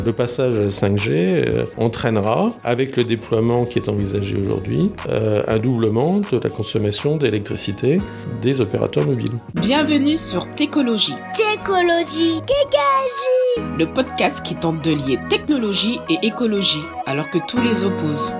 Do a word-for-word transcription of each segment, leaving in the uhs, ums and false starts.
Le passage à la cinq G euh, entraînera, avec le déploiement qui est envisagé aujourd'hui, euh, un doublement de la consommation d'électricité des opérateurs mobiles. Bienvenue sur Técologie. Técologie, Técologie. Le podcast qui tente de lier technologie et écologie, alors que tous les opposent.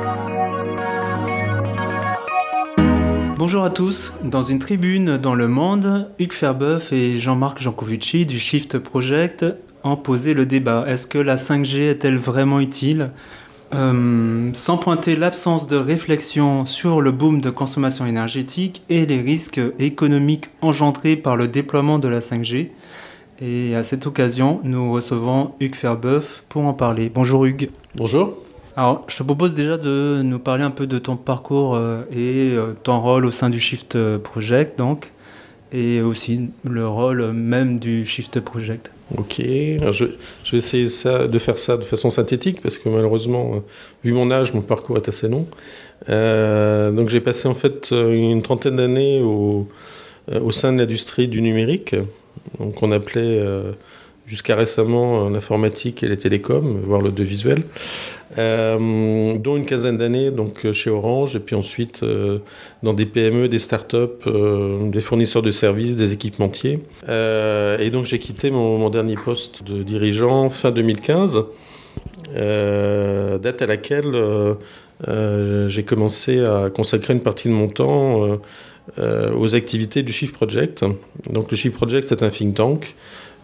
Bonjour à tous. Dans une tribune dans Le Monde, Hugues Ferbeuf et Jean-Marc Jancovici du Shift Project ont posé le débat. Est-ce que la cinq G est-elle vraiment utile ? euh, Sans pointer l'absence de réflexion sur le boom de consommation énergétique et les risques économiques engendrés par le déploiement de la cinq G. Et à cette occasion, nous recevons Hugues Ferbeuf pour en parler. Bonjour Hugues. Bonjour. Alors, je te propose déjà de nous parler un peu de ton parcours euh, et euh, ton rôle au sein du Shift Project, donc, et aussi le rôle même du Shift Project. Ok, alors je, je vais essayer ça, de faire ça de façon synthétique, parce que malheureusement, euh, vu mon âge, mon parcours est assez long. Euh, donc j'ai passé en fait une trentaine d'années au, euh, au sein de l'industrie du numérique, donc on appelait euh, jusqu'à récemment l'informatique et les télécoms, voire l'audiovisuel. Euh, dont une quinzaine d'années donc chez Orange, et puis ensuite euh, dans des P M E, des startups, euh, des fournisseurs de services, des équipementiers. Euh, et donc j'ai quitté mon, mon dernier poste de dirigeant fin deux mille quinze, euh, date à laquelle euh, euh, j'ai commencé à consacrer une partie de mon temps euh, euh, aux activités du Shift Project. Donc le Shift Project, c'est un think tank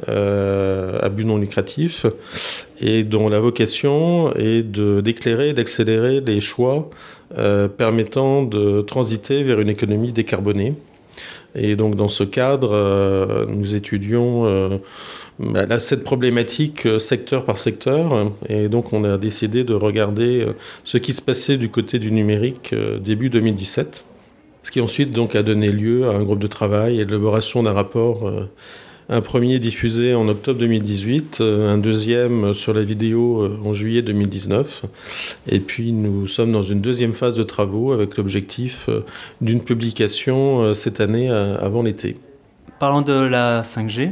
Euh, à but non lucratif, et dont la vocation est de, d'éclairer et d'accélérer les choix euh, permettant de transiter vers une économie décarbonée. Et donc dans ce cadre, euh, nous étudions euh, bah, là, cette problématique euh, secteur par secteur, et donc on a décidé de regarder euh, ce qui se passait du côté du numérique euh, début deux mille dix-sept, ce qui ensuite donc a donné lieu à un groupe de travail et l'élaboration d'un rapport. euh, Un premier diffusé en octobre deux mille dix-huit, un deuxième sur la vidéo en juillet deux mille dix-neuf. Et puis nous sommes dans une deuxième phase de travaux avec l'objectif d'une publication cette année avant l'été. Parlons de la cinq G.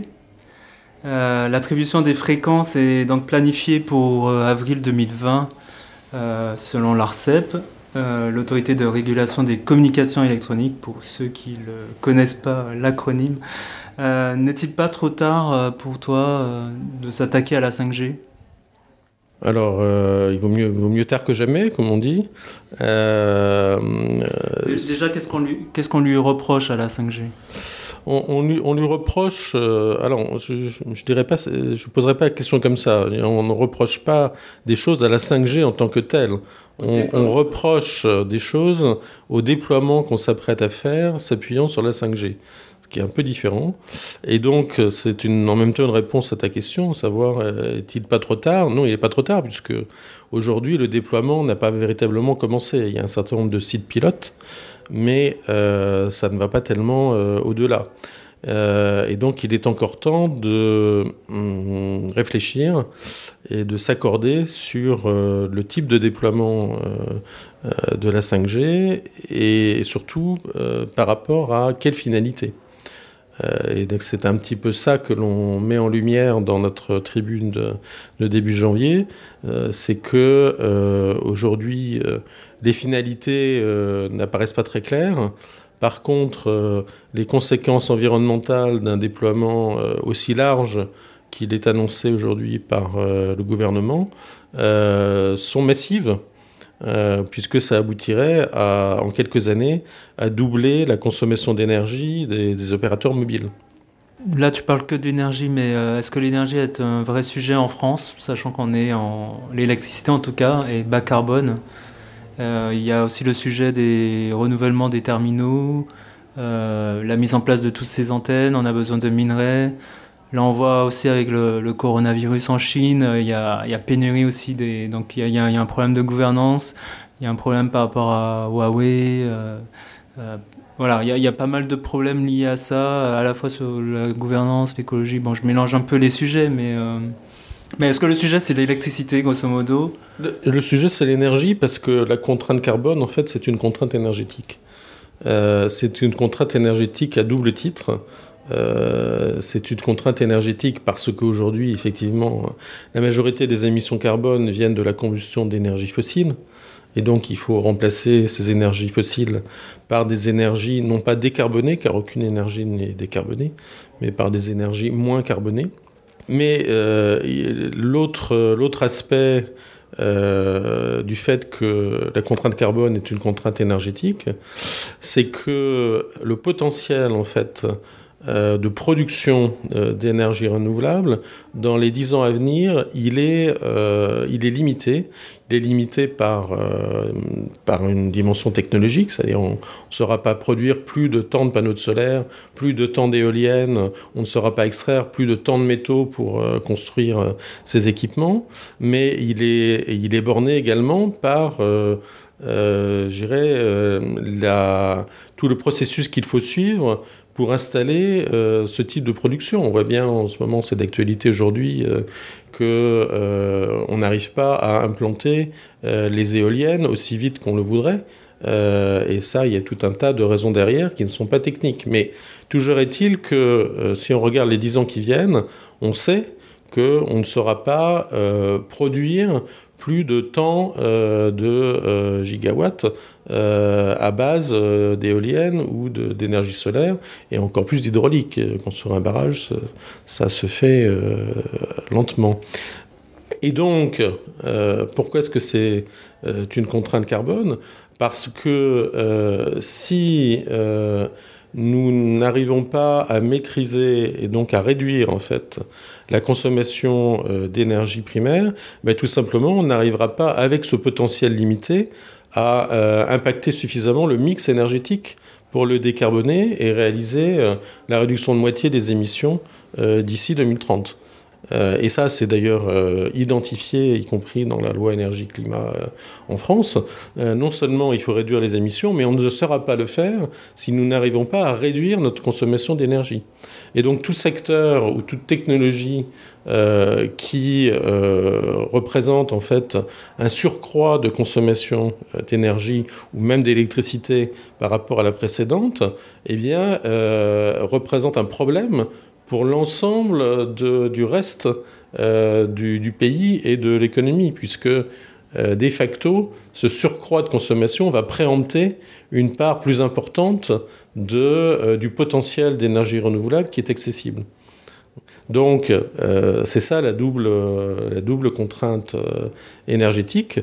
Euh, l'attribution des fréquences est donc planifiée pour euh, avril deux mille vingt euh, selon l'ARCEP, euh, l'autorité de régulation des communications électroniques, pour ceux qui ne connaissent pas l'acronyme. Euh, n'est-il pas trop tard euh, pour toi euh, de s'attaquer à la cinq G ? Alors, euh, il vaut mieux, vaut mieux tard que jamais, comme on dit. Euh, Déjà, qu'est-ce qu'on lui, qu'est-ce qu'on lui reproche à la cinq G ? On, on, lui, on lui reproche... Euh, alors, je ne dirais pas, je poserai pas la question comme ça. On ne reproche pas des choses à la cinq G en tant que telle. On, on reproche des choses au déploiement qu'on s'apprête à faire, s'appuyant sur la cinq G. Ce qui est un peu différent. Et donc, c'est une, en même temps une réponse à ta question, savoir, euh, est-il pas trop tard ? Non, il n'est pas trop tard, puisque aujourd'hui, le déploiement n'a pas véritablement commencé. Il y a un certain nombre de sites pilotes, mais euh, ça ne va pas tellement euh, au-delà. Euh, et donc, il est encore temps de hum, réfléchir et de s'accorder sur euh, le type de déploiement euh, euh, de la cinq G, et surtout euh, par rapport à quelle finalité. Euh, et donc c'est un petit peu ça que l'on met en lumière dans notre tribune de, de début janvier, euh, c'est que euh, aujourd'hui euh, les finalités euh, n'apparaissent pas très claires. Par contre, euh, les conséquences environnementales d'un déploiement euh, aussi large qu'il est annoncé aujourd'hui par euh, le gouvernement euh, sont massives. Euh, puisque ça aboutirait à, en quelques années à doubler la consommation d'énergie des, des opérateurs mobiles. Là, tu parles que d'énergie, mais euh, est-ce que l'énergie est un vrai sujet en France, sachant qu'on est en... L'électricité, en tout cas, est bas carbone. Euh, il y a aussi le sujet des renouvellements des terminaux, euh, la mise en place de toutes ces antennes, on a besoin de minerais. Là, on voit aussi avec le, le coronavirus en Chine, il y a, il y a pénurie aussi. Des, donc, il y, a, il, y a, il y a un problème de gouvernance, il y a un problème par rapport à Huawei. Euh, euh, voilà, il y, a, il y a pas mal de problèmes liés à ça, à la fois sur la gouvernance, l'écologie. Bon, je mélange un peu les sujets, mais... Euh, mais est-ce que le sujet, c'est l'électricité, grosso modo ? le, le sujet, c'est l'énergie, parce que la contrainte carbone, en fait, c'est une contrainte énergétique. Euh, c'est une contrainte énergétique à double titre. euh, c'est une contrainte énergétique parce qu'aujourd'hui, effectivement, la majorité des émissions carbone viennent de la combustion d'énergies fossiles. Et donc, il faut remplacer ces énergies fossiles par des énergies non pas décarbonées, car aucune énergie n'est décarbonée, mais par des énergies moins carbonées. Mais euh, l'autre, l'autre aspect euh, du fait que la contrainte carbone est une contrainte énergétique, c'est que le potentiel, en fait, euh, de production euh, d'énergie renouvelable, dans les dix ans à venir, il est, euh, il est limité. Il est limité par, euh, par une dimension technologique, c'est-à-dire on ne saura pas produire plus de tant de panneaux solaires, plus de tant d'éoliennes, on ne saura pas extraire plus de tant de métaux pour euh, construire euh, ces équipements, mais il est, il est borné également par euh, euh, je dirais, euh, la, tout le processus qu'il faut suivre pour installer euh, ce type de production. On voit bien en ce moment, c'est d'actualité aujourd'hui, euh, qu'on euh, n'arrive pas à implanter euh, les éoliennes aussi vite qu'on le voudrait. Euh, et ça, il y a tout un tas de raisons derrière qui ne sont pas techniques. Mais toujours est-il que euh, si on regarde les dix ans qui viennent, on sait qu'on ne saura pas euh, produire plus de tant euh, de euh, gigawatts euh, à base euh, d'éoliennes ou de, d'énergie solaire, et encore plus d'hydraulique. Construire un barrage, ça, ça se fait euh, lentement. Et donc, euh, pourquoi est-ce que c'est euh, une contrainte carbone ? Parce que euh, si euh, nous n'arrivons pas à maîtriser et donc à réduire en fait la consommation euh, d'énergie primaire, ben, tout simplement on n'arrivera pas avec ce potentiel limité à euh, impacter suffisamment le mix énergétique pour le décarboner et réaliser euh, la réduction de moitié des émissions euh, d'ici deux mille trente. Euh, et ça, c'est d'ailleurs euh, identifié, y compris dans la loi énergie-climat euh, en France. Euh, non seulement il faut réduire les émissions, mais on ne saura pas le faire si nous n'arrivons pas à réduire notre consommation d'énergie. Et donc tout secteur ou toute technologie euh, qui euh, représente en fait un surcroît de consommation d'énergie ou même d'électricité par rapport à la précédente, eh bien, euh, représente un problème pour l'ensemble de, du reste euh, du, du pays et de l'économie, puisque euh, de facto, ce surcroît de consommation va préempter une part plus importante de, euh, du potentiel d'énergie renouvelable qui est accessible. Donc, euh, c'est ça la double, la double contrainte euh, énergétique,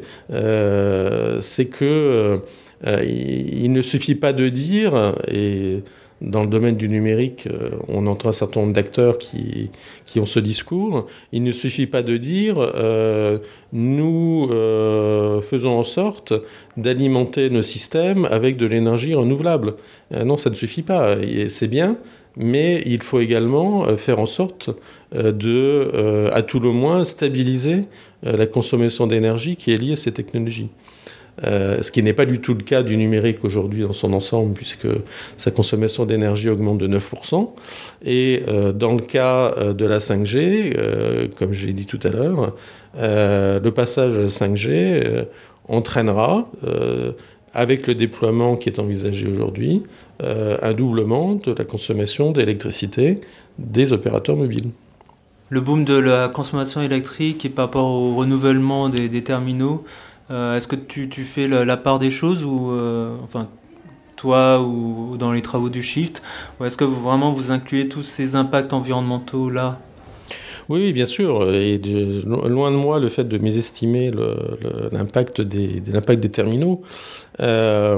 euh, c'est que euh, il, il ne suffit pas de dire, et dans le domaine du numérique, on entend un certain nombre d'acteurs qui, qui ont ce discours. Il ne suffit pas de dire euh, nous euh, faisons en sorte d'alimenter nos systèmes avec de l'énergie renouvelable. Euh, non, ça ne suffit pas. Et c'est bien, mais il faut également faire en sorte de, euh, à tout le moins, stabiliser la consommation d'énergie qui est liée à ces technologies. Euh, ce qui n'est pas du tout le cas du numérique aujourd'hui dans son ensemble, puisque sa consommation d'énergie augmente de neuf pour cent. Et euh, dans le cas euh, de la cinq G, euh, comme je l'ai dit tout à l'heure, euh, le passage à la cinq G euh, entraînera, euh, avec le déploiement qui est envisagé aujourd'hui, euh, un doublement de la consommation d'électricité des opérateurs mobiles. Le boom de la consommation électrique et par rapport au renouvellement des, des terminaux, Euh, est-ce que tu, tu fais la, la part des choses, ou euh, enfin toi ou dans les travaux du Shift, ou est-ce que vous, vraiment vous incluez tous ces impacts environnementaux là ? Oui, bien sûr. Et de, loin de moi le fait de mésestimer le, le, l'impact, des, de l'impact des terminaux. Euh,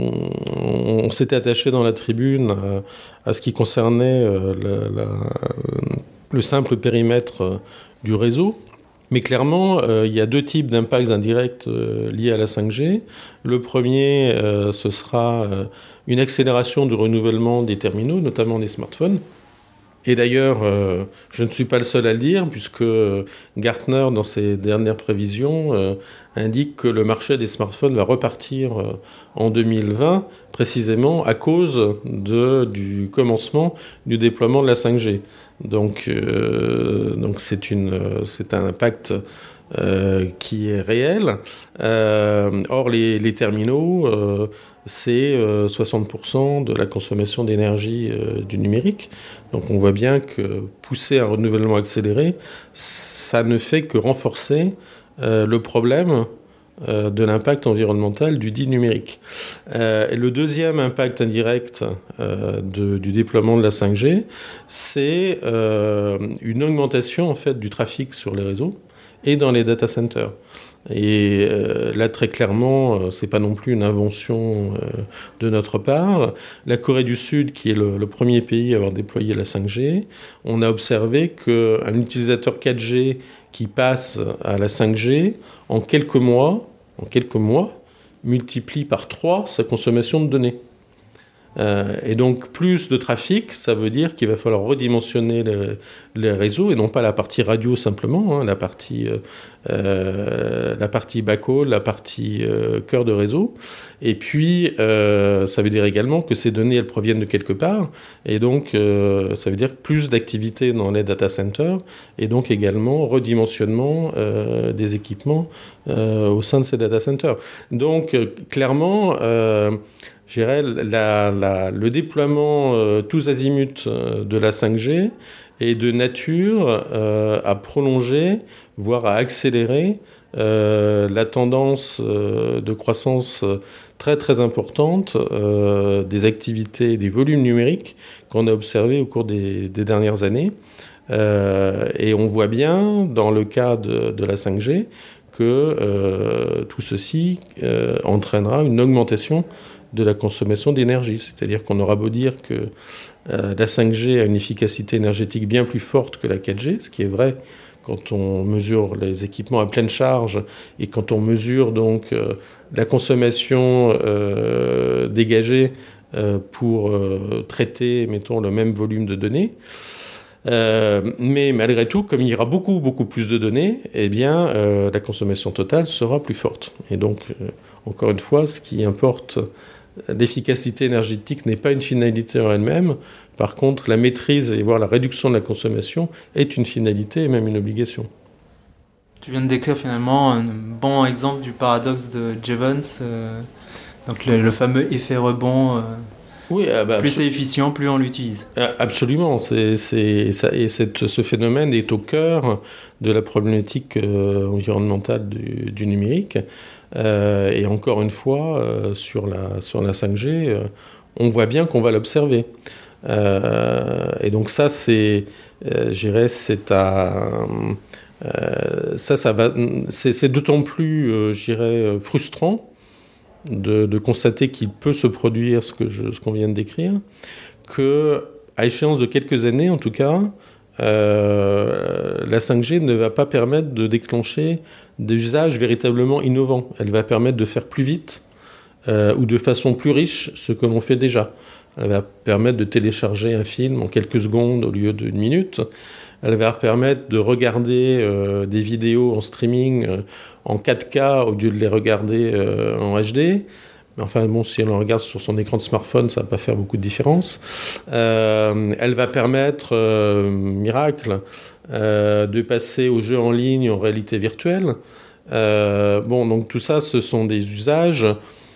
on s'était attaché dans la tribune à, à ce qui concernait euh, la, la, le simple périmètre du réseau. Mais clairement, euh, il y a deux types d'impacts indirects euh, liés à la cinq G. Le premier, euh, ce sera euh, une accélération du renouvellement des terminaux, notamment des smartphones. Et d'ailleurs, euh, je ne suis pas le seul à le dire, puisque Gartner, dans ses dernières prévisions, euh, indique que le marché des smartphones va repartir euh, en deux mille vingt, précisément à cause de, du commencement du déploiement de la cinq G. Donc, euh, donc c'est, une, c'est un impact euh, qui est réel. Euh, or, les, les terminaux, euh, c'est euh, soixante pour cent de la consommation d'énergie euh, du numérique. Donc on voit bien que pousser un renouvellement accéléré, ça ne fait que renforcer euh, le problème euh, de l'impact environnemental du dit numérique. Euh, et le deuxième impact indirect euh, de, du déploiement de la cinq G, c'est euh, une augmentation en fait, du trafic sur les réseaux et dans les data centers. Et euh, là, très clairement, euh, c'est pas non plus une invention euh, de notre part. La Corée du Sud, qui est le, le premier pays à avoir déployé la cinq G, on a observé qu'un utilisateur quatre G qui passe à la cinq G, en quelques mois, en quelques mois, multiplie par trois sa consommation de données. Euh, et donc, plus de trafic, ça veut dire qu'il va falloir redimensionner les, les réseaux, et non pas la partie radio simplement, hein, la partie, euh, euh, la partie backhaul, la partie euh, cœur de réseau. Et puis, euh, ça veut dire également que ces données, elles proviennent de quelque part, et donc, euh, ça veut dire plus d'activité dans les data centers, et donc également redimensionnement euh, des équipements euh, au sein de ces data centers. Donc, euh, clairement... Euh, Je dirais, la, la, le déploiement euh, tous azimuts euh, de la cinq G est de nature euh, à prolonger, voire à accélérer euh, la tendance euh, de croissance très très importante euh, des activités et des volumes numériques qu'on a observés au cours des, des dernières années. Euh, et on voit bien, dans le cas de, de la cinq G, que euh, tout ceci euh, entraînera une augmentation de la consommation d'énergie. C'est-à-dire qu'on aura beau dire que euh, la cinq G a une efficacité énergétique bien plus forte que la quatre G, ce qui est vrai quand on mesure les équipements à pleine charge et quand on mesure donc euh, la consommation euh, dégagée euh, pour euh, traiter, mettons, le même volume de données. Euh, mais malgré tout, comme il y aura beaucoup, beaucoup plus de données, eh bien, euh, la consommation totale sera plus forte. Et donc, euh, encore une fois, ce qui importe, l'efficacité énergétique n'est pas une finalité en elle-même. Par contre, la maîtrise et voire la réduction de la consommation est une finalité et même une obligation. Tu viens de décrire finalement un bon exemple du paradoxe de Jevons, euh, donc le, le fameux effet rebond. Euh... Oui, ah bah, plus c'est efficient, plus on l'utilise. Absolument. C'est, c'est, ça, et cette, ce phénomène est au cœur de la problématique euh, environnementale du, du numérique. Euh, et encore une fois, euh, sur, la, sur la cinq G, euh, on voit bien qu'on va l'observer. Euh, et donc ça, c'est, euh, je dirais, c'est à... Euh, ça, ça va, c'est, c'est d'autant plus, euh, je dirais, frustrant De, de constater qu'il peut se produire ce, que je, ce qu'on vient de décrire, qu'à échéance de quelques années, en tout cas, euh, la cinq G ne va pas permettre de déclencher des usages véritablement innovants. Elle va permettre de faire plus vite euh, ou de façon plus riche ce que l'on fait déjà. Elle va permettre de télécharger un film en quelques secondes au lieu d'une minute. Elle va permettre de regarder euh, des vidéos en streaming euh, en quatre K au lieu de les regarder euh, en H D. Mais enfin, bon, si on le regarde sur son écran de smartphone, ça ne va pas faire beaucoup de différence. Euh, elle va permettre, euh, miracle, euh, de passer aux jeux en ligne en réalité virtuelle. Euh, bon, donc tout ça, ce sont des usages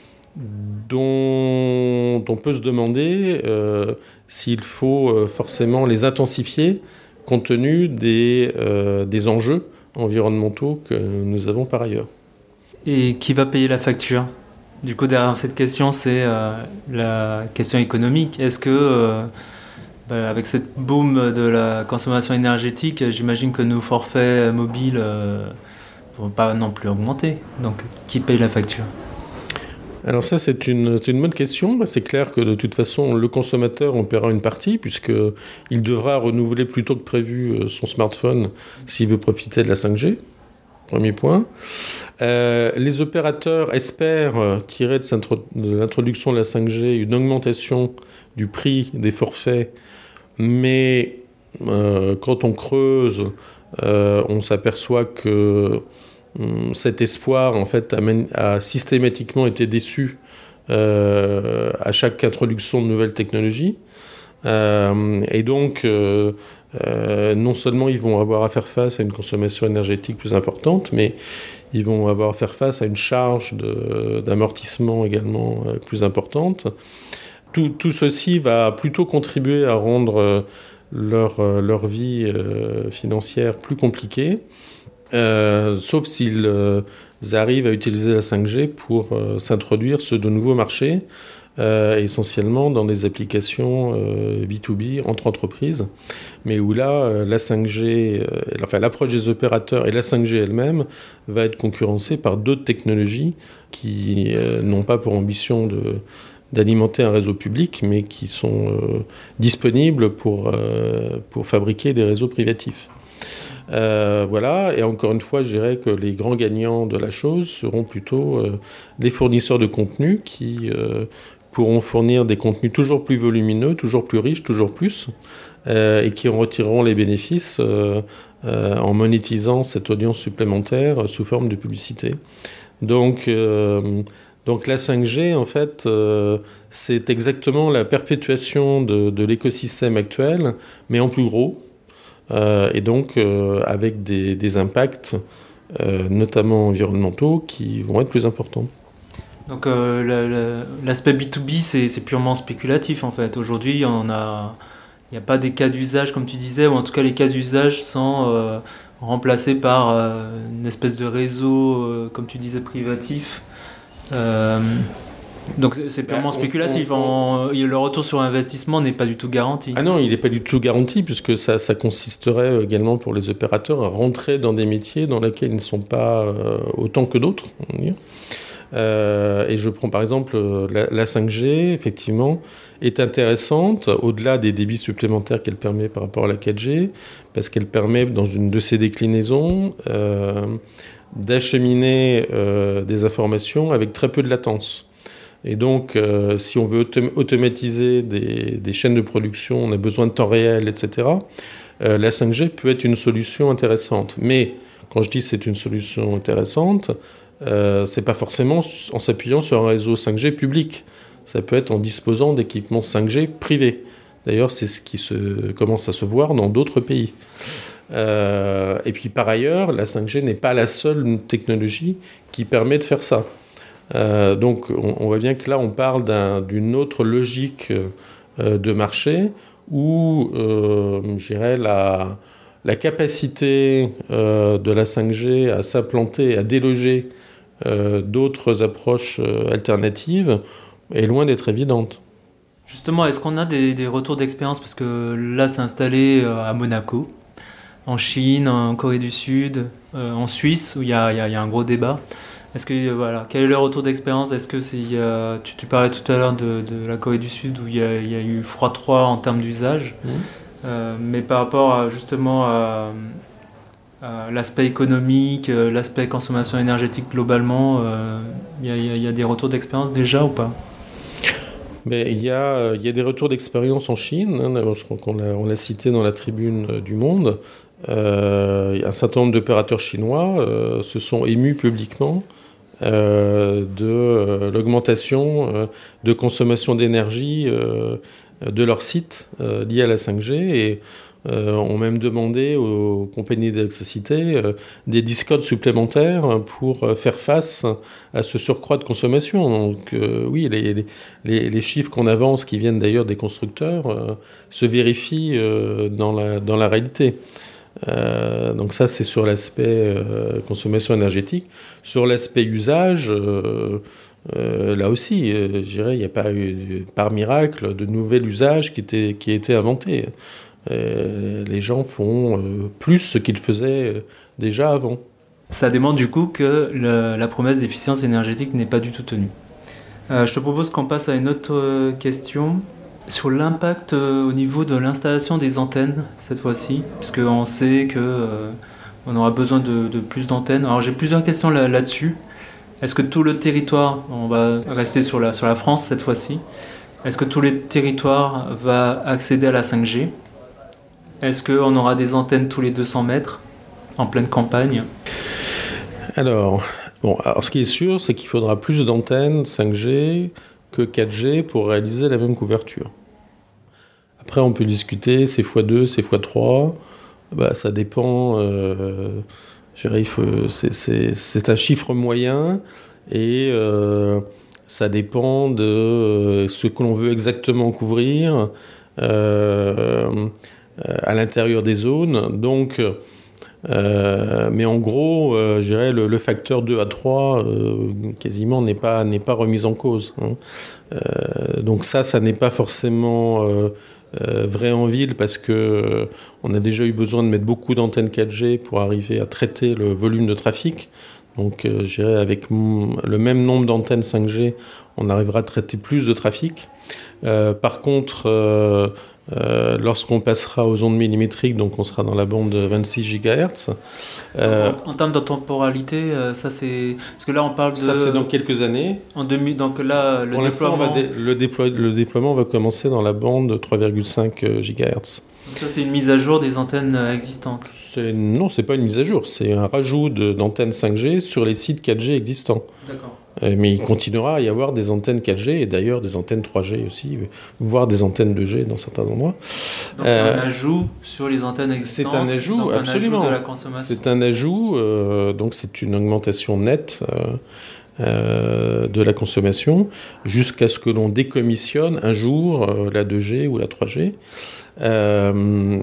dont on peut se demander euh, s'il faut euh, forcément les intensifier compte tenu des, euh, des enjeux environnementaux que nous avons par ailleurs. Et qui va payer la facture ? Du coup, derrière cette question, c'est euh, la question économique. Est-ce que, euh, bah, avec cette boom de la consommation énergétique, j'imagine que nos forfaits mobiles ne euh, vont pas non plus augmenter. Donc, qui paye la facture ? Alors ça, c'est une, c'est une bonne question. C'est clair que de toute façon, le consommateur en paiera une partie, puisqu'il devra renouveler plus tôt que prévu son smartphone s'il veut profiter de la cinq G. Premier point. Euh, les opérateurs espèrent tirer de, cette, de l'introduction de la cinq G une augmentation du prix des forfaits, mais euh, quand on creuse, euh, on s'aperçoit que cet espoir, en fait, a, a systématiquement été déçu euh, à chaque introduction de nouvelles technologies. Euh, et donc, euh, euh, non seulement ils vont avoir à faire face à une consommation énergétique plus importante, mais ils vont avoir à faire face à une charge de, d'amortissement également euh, plus importante. Tout, tout ceci va plutôt contribuer à rendre euh, leur, euh, leur vie euh, financière plus compliquée, euh, sauf s'ils euh, arrivent à utiliser la cinq G pour euh, s'introduire sur de nouveaux marchés, euh, essentiellement dans des applications euh, B deux B entre entreprises, mais où là, euh, la cinq G, euh, enfin l'approche des opérateurs et la cinq G elle-même va être concurrencée par d'autres technologies qui euh, n'ont pas pour ambition de d'alimenter un réseau public, mais qui sont euh, disponibles pour, euh, pour fabriquer des réseaux privatifs. Euh, voilà, et encore une fois, je dirais que les grands gagnants de la chose seront plutôt euh, les fournisseurs de contenu qui euh, pourront fournir des contenus toujours plus volumineux, toujours plus riches, toujours plus, euh, et qui en retireront les bénéfices euh, euh, en monétisant cette audience supplémentaire sous forme de publicité. Donc, euh, Donc la cinq G, en fait, euh, c'est exactement la perpétuation de, de l'écosystème actuel, mais en plus gros, euh, et donc euh, avec des, des impacts, euh, notamment environnementaux, qui vont être plus importants. Donc euh, la, la, l'aspect B deux B, c'est, c'est purement spéculatif, en fait. Aujourd'hui, il n'y a, a pas des cas d'usage, comme tu disais, ou en tout cas les cas d'usage sont euh, remplacés par euh, une espèce de réseau, euh, comme tu disais, privatif. Euh, donc c'est purement bah, on, spéculatif. On, on, on... Le retour sur investissement n'est pas du tout garanti. Ah non, il n'est pas du tout garanti, puisque ça, ça consisterait également pour les opérateurs à rentrer dans des métiers dans lesquels ils ne sont pas euh, autant que d'autres. On va dire. Euh, et je prends par exemple la, la cinq G, effectivement, est intéressante au-delà des débits supplémentaires qu'elle permet par rapport à la quatre G, parce qu'elle permet dans une de ses déclinaisons euh, d'acheminer euh, des informations avec très peu de latence. Et donc, euh, si on veut autom- automatiser des, des chaînes de production, on a besoin de temps réel, et cetera, euh, la cinq G peut être une solution intéressante. Mais quand je dis c'est une solution intéressante, euh, c'est pas forcément en s'appuyant sur un réseau cinq G public. Ça peut être en disposant d'équipements cinq G privés. D'ailleurs, c'est ce qui se, commence à se voir dans d'autres pays. Euh, et puis par ailleurs, la cinq G n'est pas la seule technologie qui permet de faire ça. Euh, donc on, on voit bien que là on parle d'un, d'une autre logique euh, de marché où euh, je dirais la, la capacité euh, de la cinq G à s'implanter, à déloger euh, d'autres approches euh, alternatives est loin d'être évidente. Justement, est-ce qu'on a des, des retours d'expérience, parce que là c'est installé à Monaco, en Chine, en Corée du Sud, euh, en Suisse, où il y a, y a, y a un gros débat. Est-ce que, voilà, quel est le retour d'expérience ? Est-ce que c'est, euh, tu, tu parlais tout à l'heure de, de la Corée du Sud, où il y a, y a eu froid trois en termes d'usage, mmh. euh, mais par rapport à, justement à, à l'aspect économique, l'aspect consommation énergétique globalement, il euh, y, y, y a des retours d'expérience déjà ou pas ? Mais il y a, il y a des retours d'expérience en Chine, hein, je crois qu'on l'a, on l'a cité dans la tribune du Monde. Euh, un certain nombre d'opérateurs chinois euh, se sont émus publiquement euh, de euh, l'augmentation euh, de consommation d'énergie euh, de leurs sites euh, liés à la cinq G et euh, ont même demandé aux compagnies d'électricité euh, des discodes supplémentaires pour euh, faire face à ce surcroît de consommation. Donc euh, oui, les, les, les chiffres qu'on avance, qui viennent d'ailleurs des constructeurs, euh, se vérifient euh, dans la, dans la réalité. Euh, donc ça, c'est sur l'aspect euh, consommation énergétique. Sur l'aspect usage, euh, euh, là aussi, euh, je dirais, il n'y a pas eu, par miracle, de nouvel usage qui, était, qui a été inventé. Euh, les gens font euh, plus ce qu'ils faisaient déjà avant. Ça demande du coup que le, la promesse d'efficience énergétique n'est pas du tout tenue. Euh, je te propose qu'on passe à une autre question. Sur l'impact euh, au niveau de l'installation des antennes, cette fois-ci, parce qu'on sait qu'on euh, aura besoin de, de plus d'antennes. Alors j'ai plusieurs questions là, là-dessus. Est-ce que tout le territoire, on va rester sur la, sur la France cette fois-ci, est-ce que tout le territoire va accéder à la cinq G ? Est-ce qu'on aura des antennes tous les deux cents mètres, en pleine campagne ? Alors, bon, alors, ce qui est sûr, c'est qu'il faudra plus d'antennes cinq G que quatre G pour réaliser la même couverture. Après, on peut discuter, c'est fois deux, c'est fois trois. Bah, ça dépend, euh, Je dirais, il faut, c'est, c'est, c'est un chiffre moyen et euh, ça dépend de euh, ce que l'on veut exactement couvrir euh, à l'intérieur des zones. Donc, euh, mais en gros, euh, je dirais le, le facteur deux à trois euh, quasiment n'est pas, n'est pas remis en cause. Hein. Euh, donc ça, ça n'est pas forcément euh, euh, vrai en ville parce que euh, on a déjà eu besoin de mettre beaucoup d'antennes quatre G pour arriver à traiter le volume de trafic. Donc euh, je dirais avec m- le même nombre d'antennes cinq G, on arrivera à traiter plus de trafic. Euh, par contre, euh, euh, lorsqu'on passera aux ondes millimétriques, donc on sera dans la bande de vingt-six gigahertz. Euh, en, en termes de temporalité, euh, ça c'est... Parce que là on parle de... Ça c'est dans quelques années. En demi... Donc là, le Pour l'instant, déploiement... on va dé- le, déplo- le déploiement va commencer dans la bande de trois virgule cinq gigahertz. Donc ça c'est une mise à jour des antennes existantes. C'est... Non, c'est pas une mise à jour, c'est un rajout de, d'antennes cinq G sur les sites quatre G existants. D'accord. Euh, mais il continuera à y avoir des antennes quatre G et d'ailleurs des antennes trois G aussi, voire des antennes deux G dans certains endroits. Donc Euh, c'est un ajout sur les antennes existantes. c'est un ajout, donc absolument. Un ajout de la consommation. C'est un ajout, euh, donc c'est une augmentation nette euh, euh, de la consommation jusqu'à ce que l'on décommissionne un jour euh, la deux G ou la trois G. Euh,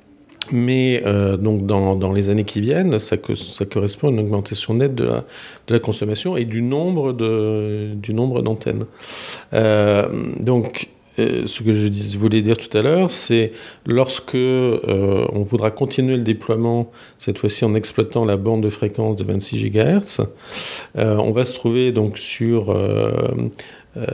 Mais euh, donc dans, dans les années qui viennent, ça, que, ça correspond à une augmentation nette de la, de la consommation et du nombre, de, du nombre d'antennes. Euh, donc, euh, ce que je dis, voulais dire tout à l'heure, c'est lorsque euh, on voudra continuer le déploiement, cette fois-ci en exploitant la bande de fréquence de vingt-six gigahertz, euh, on va se trouver donc sur, euh, euh,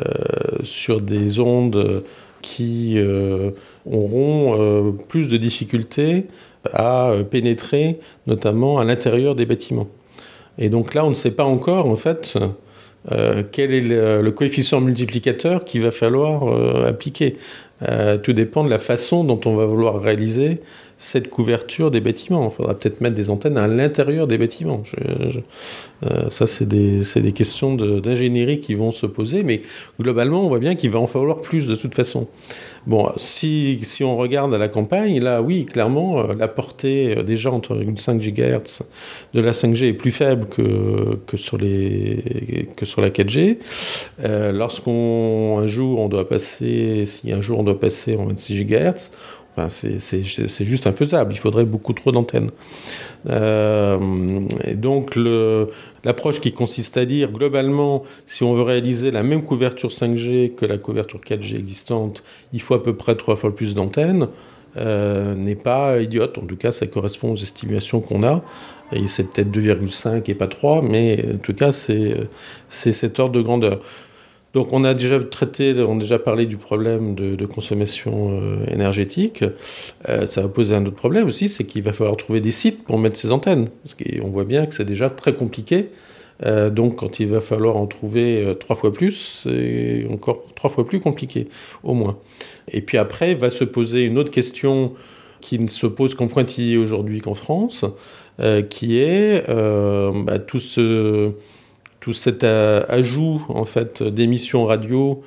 sur des ondes qui euh, auront euh, plus de difficultés à euh, pénétrer, notamment à l'intérieur des bâtiments. Et donc là, on ne sait pas encore, en fait, euh, quel est le, le coefficient multiplicateur qu'il va falloir euh, appliquer. Euh, tout dépend de la façon dont on va vouloir réaliser cette couverture des bâtiments. Il faudra peut-être mettre des antennes à l'intérieur des bâtiments. Je, je, euh, ça, c'est des, c'est des questions de, d'ingénierie qui vont se poser, mais globalement, on voit bien qu'il va en falloir plus de toute façon. Bon, si, si on regarde à la campagne, là, oui, clairement, euh, la portée euh, déjà en trois virgule cinq gigahertz de la cinq G est plus faible que, que, sur, les, que sur la quatre G. Euh, lorsqu'on, un jour, on doit passer, si un jour on doit passer en vingt-six gigahertz, ben c'est, c'est, c'est juste infaisable, il faudrait beaucoup trop d'antennes. Euh, et donc le, l'approche qui consiste à dire, globalement, si on veut réaliser la même couverture cinq G que la couverture quatre G existante, il faut à peu près trois fois plus d'antennes, euh, n'est pas idiote. En tout cas, ça correspond aux estimations qu'on a. Et c'est peut-être deux virgule cinq et pas trois, mais en tout cas, c'est, c'est cet ordre de grandeur. Donc on a déjà traité, on a déjà parlé du problème de, de consommation euh, énergétique. Euh, ça va poser un autre problème aussi, c'est qu'il va falloir trouver des sites pour mettre ces antennes. Parce qu'on voit bien que c'est déjà très compliqué. Euh, donc quand il va falloir en trouver euh, trois fois plus, c'est encore trois fois plus compliqué, au moins. Et puis après, va se poser une autre question qui ne se pose qu'en Pointillé aujourd'hui qu'en France, euh, qui est euh, bah, tout ce... tout cet euh, ajout en fait d'émissions radio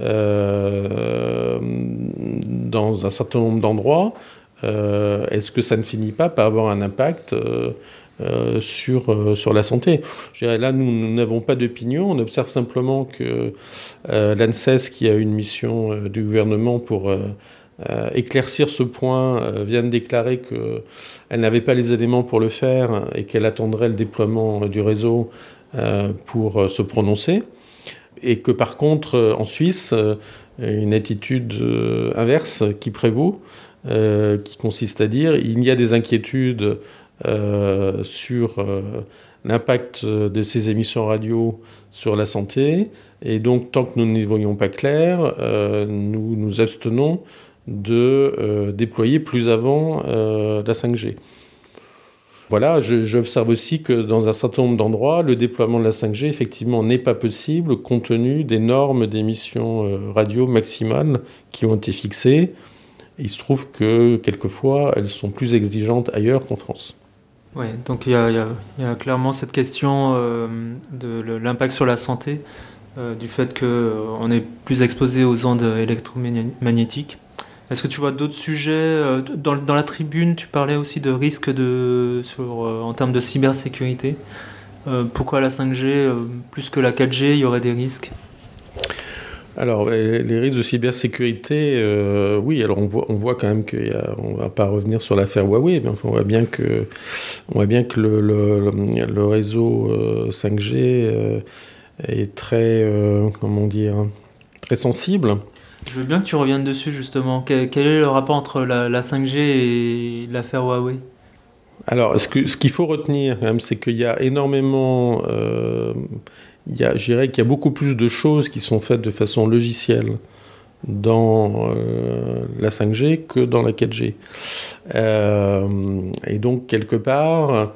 euh, dans un certain nombre d'endroits, euh, est-ce que ça ne finit pas par avoir un impact euh, euh, sur, euh, sur la santé ? Je dirais, là, nous, nous n'avons pas d'opinion, on observe simplement que euh, l'ANSES, qui a une mission euh, du gouvernement pour euh, euh, éclaircir ce point, euh, vient de déclarer qu'elle n'avait pas les éléments pour le faire et qu'elle attendrait le déploiement euh, du réseau Euh, pour euh, se prononcer, et que par contre euh, en Suisse, euh, une attitude euh, inverse qui prévaut, euh, qui consiste à dire il y a des inquiétudes euh, sur euh, l'impact de ces émissions radio sur la santé, et donc tant que nous n'y voyons pas clair, euh, nous nous abstenons de euh, déployer plus avant euh, la cinq G. Voilà, je, j'observe aussi que dans un certain nombre d'endroits, le déploiement de la cinq G, effectivement, n'est pas possible compte tenu des normes d'émissions euh, radio maximales qui ont été fixées. Il se trouve que, quelquefois, elles sont plus exigeantes ailleurs qu'en France. Oui, donc il y a, il y a, il y a clairement cette question euh, de l'impact sur la santé, euh, du fait qu'on euh, est plus exposé aux ondes électromagnétiques. Est-ce que tu vois d'autres sujets dans, dans la tribune, tu parlais aussi de risques de, sur, en termes de cybersécurité. Euh, pourquoi la cinq G, euh, plus que la quatre G, il y aurait des risques ? Alors, les, les risques de cybersécurité, euh, oui, alors on voit, on voit quand même qu'on ne va pas revenir sur l'affaire Huawei, mais enfin, on voit bien que, on voit bien que le, le, le réseau euh, cinq G euh, est très, euh, comment dire, très sensible. Je veux bien que tu reviennes dessus, justement. Quel, quel est le rapport entre la, la cinq G et l'affaire Huawei ? Alors, ce, que, ce qu'il faut retenir, quand même, c'est qu'il y a énormément... Euh, il y a, je dirais qu'il y a beaucoup plus de choses qui sont faites de façon logicielle dans euh, la cinq G que dans la quatre G. Euh, et donc, quelque part,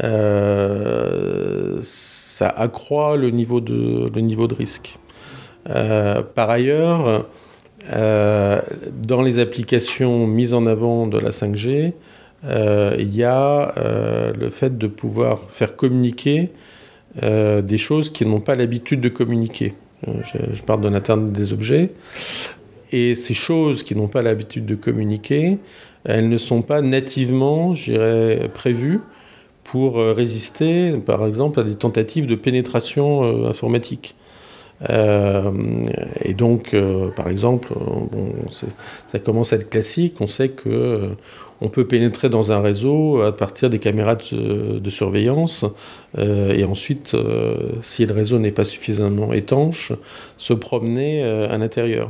euh, ça accroît le niveau de, le niveau de risque. Euh, par ailleurs... Euh, dans les applications mises en avant de la cinq G, euh, il y a euh, le fait de pouvoir faire communiquer euh, des choses qui n'ont pas l'habitude de communiquer. Euh, je, je parle de l'Internet des objets. Et ces choses qui n'ont pas l'habitude de communiquer, elles ne sont pas nativement, je dirais, prévues pour euh, résister, par exemple, à des tentatives de pénétration euh, informatique. Euh, et donc, euh, par exemple, bon, ça commence à être classique. On sait que euh, on peut pénétrer dans un réseau à partir des caméras de, de surveillance, euh, et ensuite, euh, si le réseau n'est pas suffisamment étanche, se promener euh, à l'intérieur.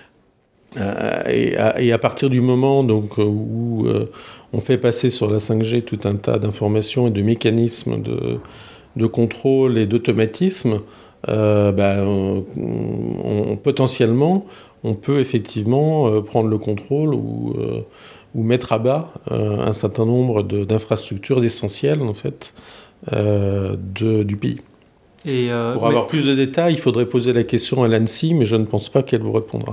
Euh, et, à, et à partir du moment donc où euh, on fait passer sur la cinq G tout un tas d'informations et de mécanismes de, de contrôle et d'automatisme. Euh, ben, on, on, potentiellement, on peut effectivement euh, prendre le contrôle ou, euh, ou mettre à bas euh, un certain nombre de, d'infrastructures essentielles en fait, euh, de, du pays. Et euh, Pour mais... avoir plus de détails, il faudrait poser la question à l'ANSSI, mais je ne pense pas qu'elle vous répondra.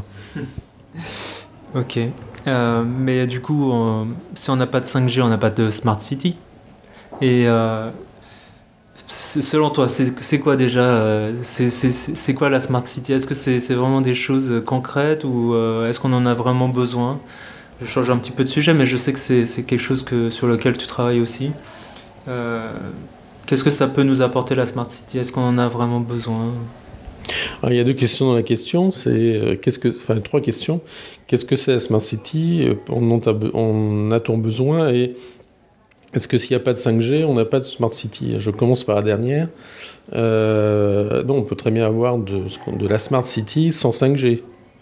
Ok. Euh, mais du coup, euh, si on n'a pas de cinq G, on n'a pas de Smart City. Et... Euh... Selon toi, c'est, c'est quoi déjà c'est, c'est, c'est quoi la Smart City ? Est-ce que c'est, c'est vraiment des choses concrètes ou euh, est-ce qu'on en a vraiment besoin ? Je change un petit peu de sujet, mais je sais que c'est, c'est quelque chose que, sur lequel tu travailles aussi. Euh, qu'est-ce que ça peut nous apporter la Smart City ? Est-ce qu'on en a vraiment besoin ? Alors, il y a deux questions dans la question. C'est, euh, qu'est-ce que, enfin, trois questions. Qu'est-ce que c'est la Smart City ? En a-t-on besoin ? Et est-ce que s'il n'y a pas de cinq G, on n'a pas de Smart City ? Je commence par la dernière. Euh, non, on peut très bien avoir de, de la Smart City sans cinq G.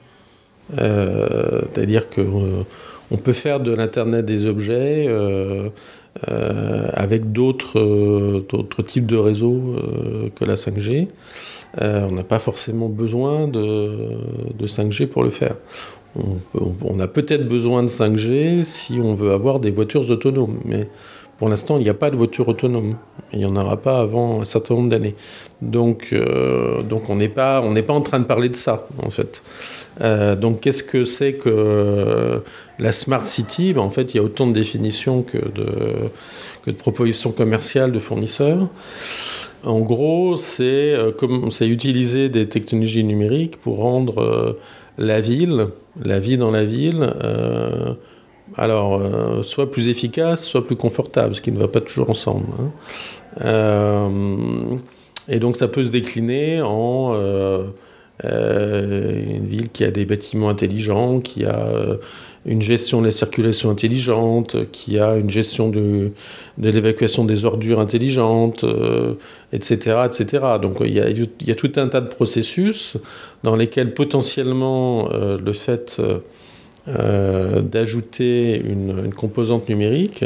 Euh, c'est-à-dire qu'on euh, peut faire de l'Internet des objets euh, euh, avec d'autres, euh, d'autres types de réseaux euh, que la cinq G. Euh, on n'a pas forcément besoin de, de cinq G pour le faire. On, peut, on a peut-être besoin de cinq G si on veut avoir des voitures autonomes, mais pour l'instant, il n'y a pas de voiture autonome. Il n'y en aura pas avant un certain nombre d'années. Donc, euh, donc on n'est pas, on n'est pas en train de parler de ça, en fait. Euh, donc, qu'est-ce que c'est que euh, la Smart City ? Ben, en fait, il y a autant de définitions que de, que de propositions commerciales de fournisseurs. En gros, c'est, euh, comme, c'est utiliser des technologies numériques pour rendre euh, la ville, la vie dans la ville, euh, alors, euh, soit plus efficace, soit plus confortable, ce qui ne va pas toujours ensemble. Hein. Euh, et donc, ça peut se décliner en euh, euh, une ville qui a des bâtiments intelligents, qui a euh, une gestion de la circulation intelligente, qui a une gestion de, de l'évacuation des ordures intelligente, euh, et cetera, et cetera. Donc, il y a, il y a tout un tas de processus dans lesquels, potentiellement, euh, le fait... Euh, Euh, d'ajouter une, une composante numérique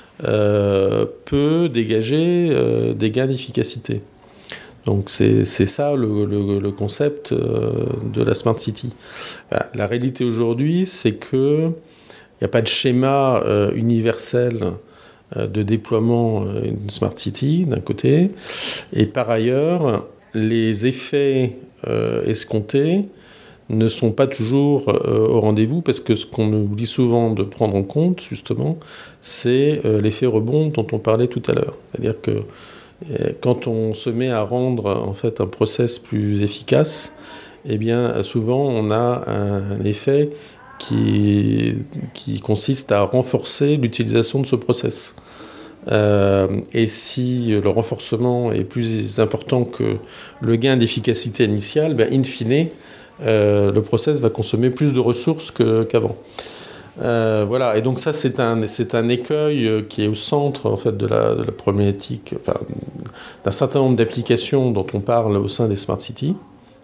euh, peut dégager euh, des gains d'efficacité. Donc c'est, c'est ça le, le, le concept euh, de la Smart City. La, la réalité aujourd'hui, c'est qu'il n'y a pas de schéma euh, universel euh, de déploiement euh, d'une Smart City, d'un côté, et par ailleurs, les effets euh, escomptés ne sont pas toujours euh, au rendez-vous, parce que ce qu'on oublie souvent de prendre en compte, justement, c'est euh, l'effet rebond dont on parlait tout à l'heure. C'est-à-dire que euh, quand on se met à rendre en fait, un process plus efficace, eh bien, souvent, on a un, un effet qui, qui consiste à renforcer l'utilisation de ce process. Euh, et si le renforcement est plus important que le gain d'efficacité initiale, ben in fine, euh, le process va consommer plus de ressources que, qu'avant. Euh, voilà, et donc ça c'est un, c'est un écueil qui est au centre en fait, de, la, de la problématique, enfin, d'un certain nombre d'applications dont on parle au sein des Smart Cities.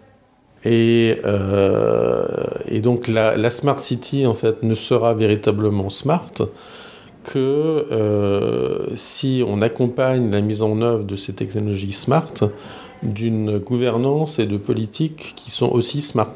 Et, euh, et donc la, la Smart City en fait, ne sera véritablement smart que euh, si on accompagne la mise en œuvre de ces technologies smart d'une gouvernance et de politiques qui sont aussi smart.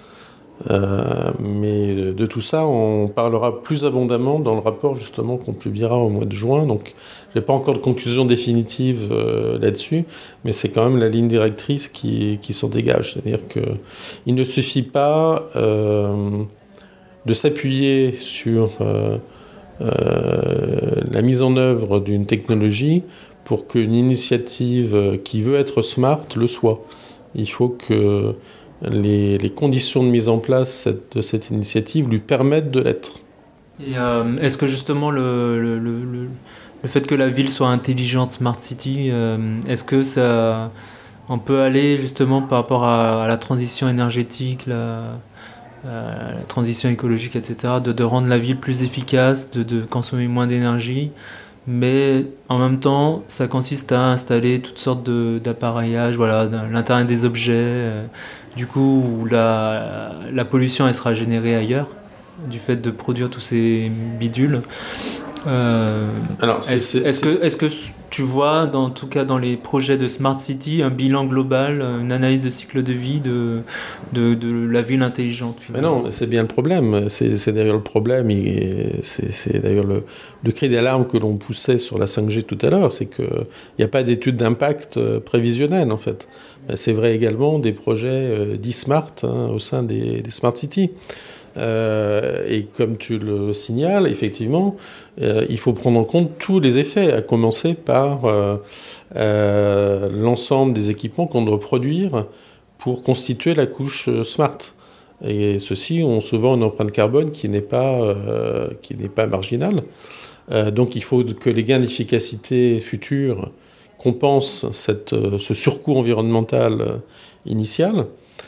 Euh, mais de tout ça, on parlera plus abondamment dans le rapport justement qu'on publiera au mois de juin. Donc, je n'ai pas encore de conclusion définitive euh, là-dessus, mais c'est quand même la ligne directrice qui, qui s'en dégage. C'est-à-dire qu'il ne suffit pas euh, de s'appuyer sur euh, euh, la mise en œuvre d'une technologie pour qu'une initiative qui veut être smart le soit. Il faut que Les, les conditions de mise en place cette, de cette initiative lui permettent de l'être. Et euh, est-ce que justement le, le, le, le fait que la ville soit intelligente, Smart City, euh, est-ce que ça, on peut aller justement par rapport à, à la transition énergétique, la, euh, la transition écologique, et cetera, de, de rendre la ville plus efficace, de, de consommer moins d'énergie, mais en même temps, ça consiste à installer toutes sortes de, d'appareillages, voilà, l'Internet des objets, euh, du coup, où la, la pollution elle sera générée ailleurs, du fait de produire tous ces bidules. Euh, Alors, c'est, est-ce, c'est, est-ce, c'est... Que, est-ce que tu vois, dans, en tout cas dans les projets de Smart City, un bilan global, une analyse de cycle de vie de, de, de la ville intelligente finalement ? Mais non, c'est bien le problème. C'est, c'est d'ailleurs le problème, et c'est, c'est d'ailleurs le, le cri d'alarme que l'on poussait sur la cinq G tout à l'heure, c'est qu'il n'y a pas d'étude d'impact prévisionnelle en fait. C'est vrai également des projets dits smart hein, au sein des, des Smart Cities. Euh, et comme tu le signales, effectivement, euh, il faut prendre en compte tous les effets, à commencer par euh, euh, l'ensemble des équipements qu'on doit produire pour constituer la couche smart. Et ceux-ci ont souvent une empreinte carbone qui n'est pas, euh, qui n'est pas marginale. Euh, donc il faut que les gains d'efficacité futurs compensent cette, ce surcoût environnemental initial.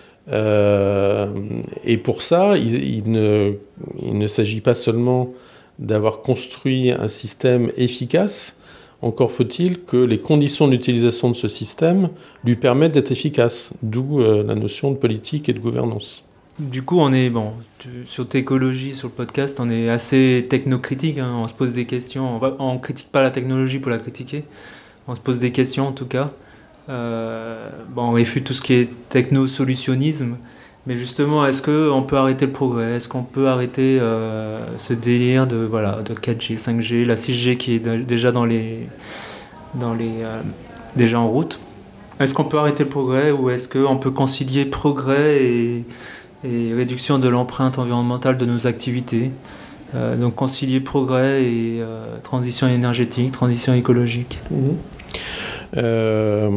Euh, et pour ça, il, il, ne, il ne s'agit pas seulement d'avoir construit un système efficace, encore faut-il que les conditions d'utilisation de ce système lui permettent d'être efficace, d'où euh, la notion de politique et de gouvernance. Du coup, on est, bon, tu, sur Técologie, sur le podcast, on est assez technocritique, hein, on se pose des questions, on ne critique pas la technologie pour la critiquer, on se pose des questions en tout cas. Euh, bon, on réfute tout ce qui est techno-solutionnisme, mais justement, est-ce qu'on peut arrêter le progrès ? Est-ce qu'on peut arrêter euh, ce délire de, voilà, de quatre G, cinq G, la six G qui est de, déjà, dans les, dans les, euh, déjà en route ? Est-ce qu'on peut arrêter le progrès ou est-ce qu'on peut concilier progrès et, et réduction de l'empreinte environnementale de nos activités ? euh, Donc concilier progrès et euh, transition énergétique, transition écologique. Mmh. Euh,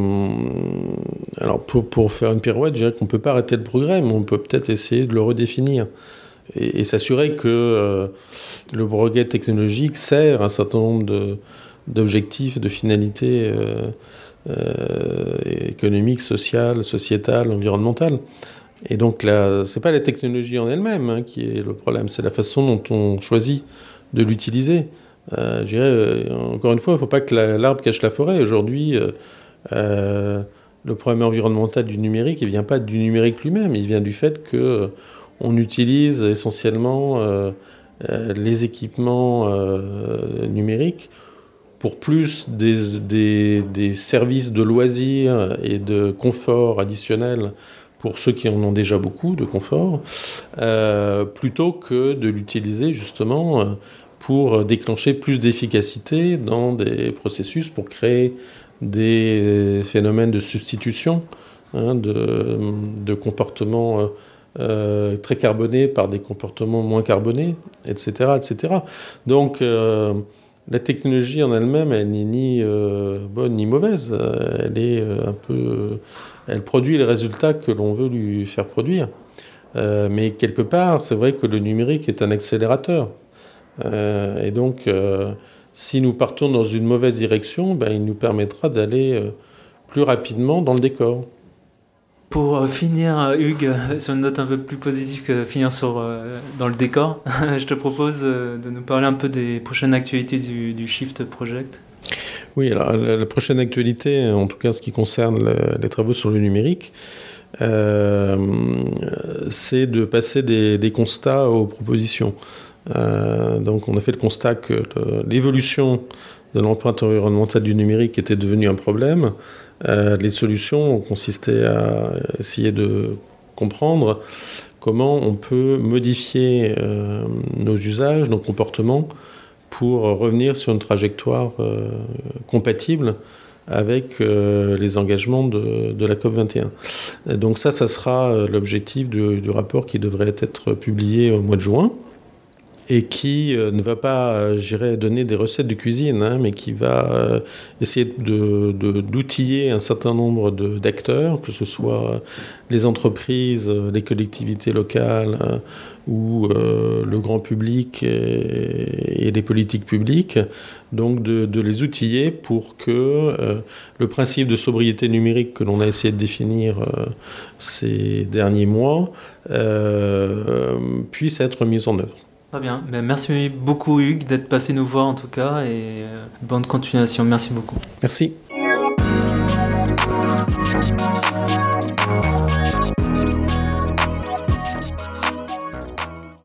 alors pour, pour faire une pirouette, je dirais qu'on ne peut pas arrêter le progrès, mais on peut peut-être essayer de le redéfinir et, et s'assurer que euh, le progrès technologique sert un certain nombre de, d'objectifs, de finalités euh, euh, économiques, sociales, sociétales, environnementales. Et donc là, c'est pas la technologie en elle-même hein, qui est le problème, c'est la façon dont on choisit de l'utiliser. Euh, je dirais, euh, encore une fois, il ne faut pas que la, l'arbre cache la forêt. Aujourd'hui, euh, euh, le problème environnemental du numérique, il ne vient pas du numérique lui-même, il vient du fait qu'on euh, utilise essentiellement euh, euh, les équipements euh, numériques pour plus des, des, des services de loisirs et de confort additionnel pour ceux qui en ont déjà beaucoup de confort, euh, plutôt que de l'utiliser justement euh, pour déclencher plus d'efficacité dans des processus, pour créer des phénomènes de substitution hein, de, de comportements euh, très carbonés par des comportements moins carbonés, et cetera, et cetera. Donc, euh, la technologie en elle-même, elle n'est ni euh, bonne ni mauvaise. Elle est euh, un peu, elle produit les résultats que l'on veut lui faire produire. Euh, mais quelque part, c'est vrai que le numérique est un accélérateur. Euh, et donc, euh, si nous partons dans une mauvaise direction, ben, il nous permettra d'aller euh, plus rapidement dans le décor. Pour finir, Hugues, sur une note un peu plus positive que finir sur, euh, dans le décor, je te propose de nous parler un peu des prochaines actualités du, du Shift Project. Oui, alors la, la prochaine actualité, en tout cas en ce qui concerne le, les travaux sur le numérique, euh, c'est de passer des, des constats aux propositions. Euh, donc on a fait le constat que le, l'évolution de l'empreinte environnementale du numérique était devenue un problème. Euh, les solutions ont consisté à essayer de comprendre comment on peut modifier euh, nos usages, nos comportements, pour revenir sur une trajectoire euh, compatible avec euh, les engagements de, de la C O P vingt et un. Et donc ça, ça sera l'objectif du, du rapport qui devrait être publié au mois de juin, et qui euh, ne va pas, euh, j'irais, donner des recettes de cuisine, hein, mais qui va euh, essayer de, de, d'outiller un certain nombre de, d'acteurs, que ce soit les entreprises, les collectivités locales euh, ou euh, le grand public et, et les politiques publiques, donc de, de les outiller pour que euh, le principe de sobriété numérique que l'on a essayé de définir euh, ces derniers mois euh, puisse être mis en œuvre. Très bien. Ben, merci beaucoup Hugues d'être passé nous voir en tout cas et euh, bonne continuation. Merci beaucoup. Merci.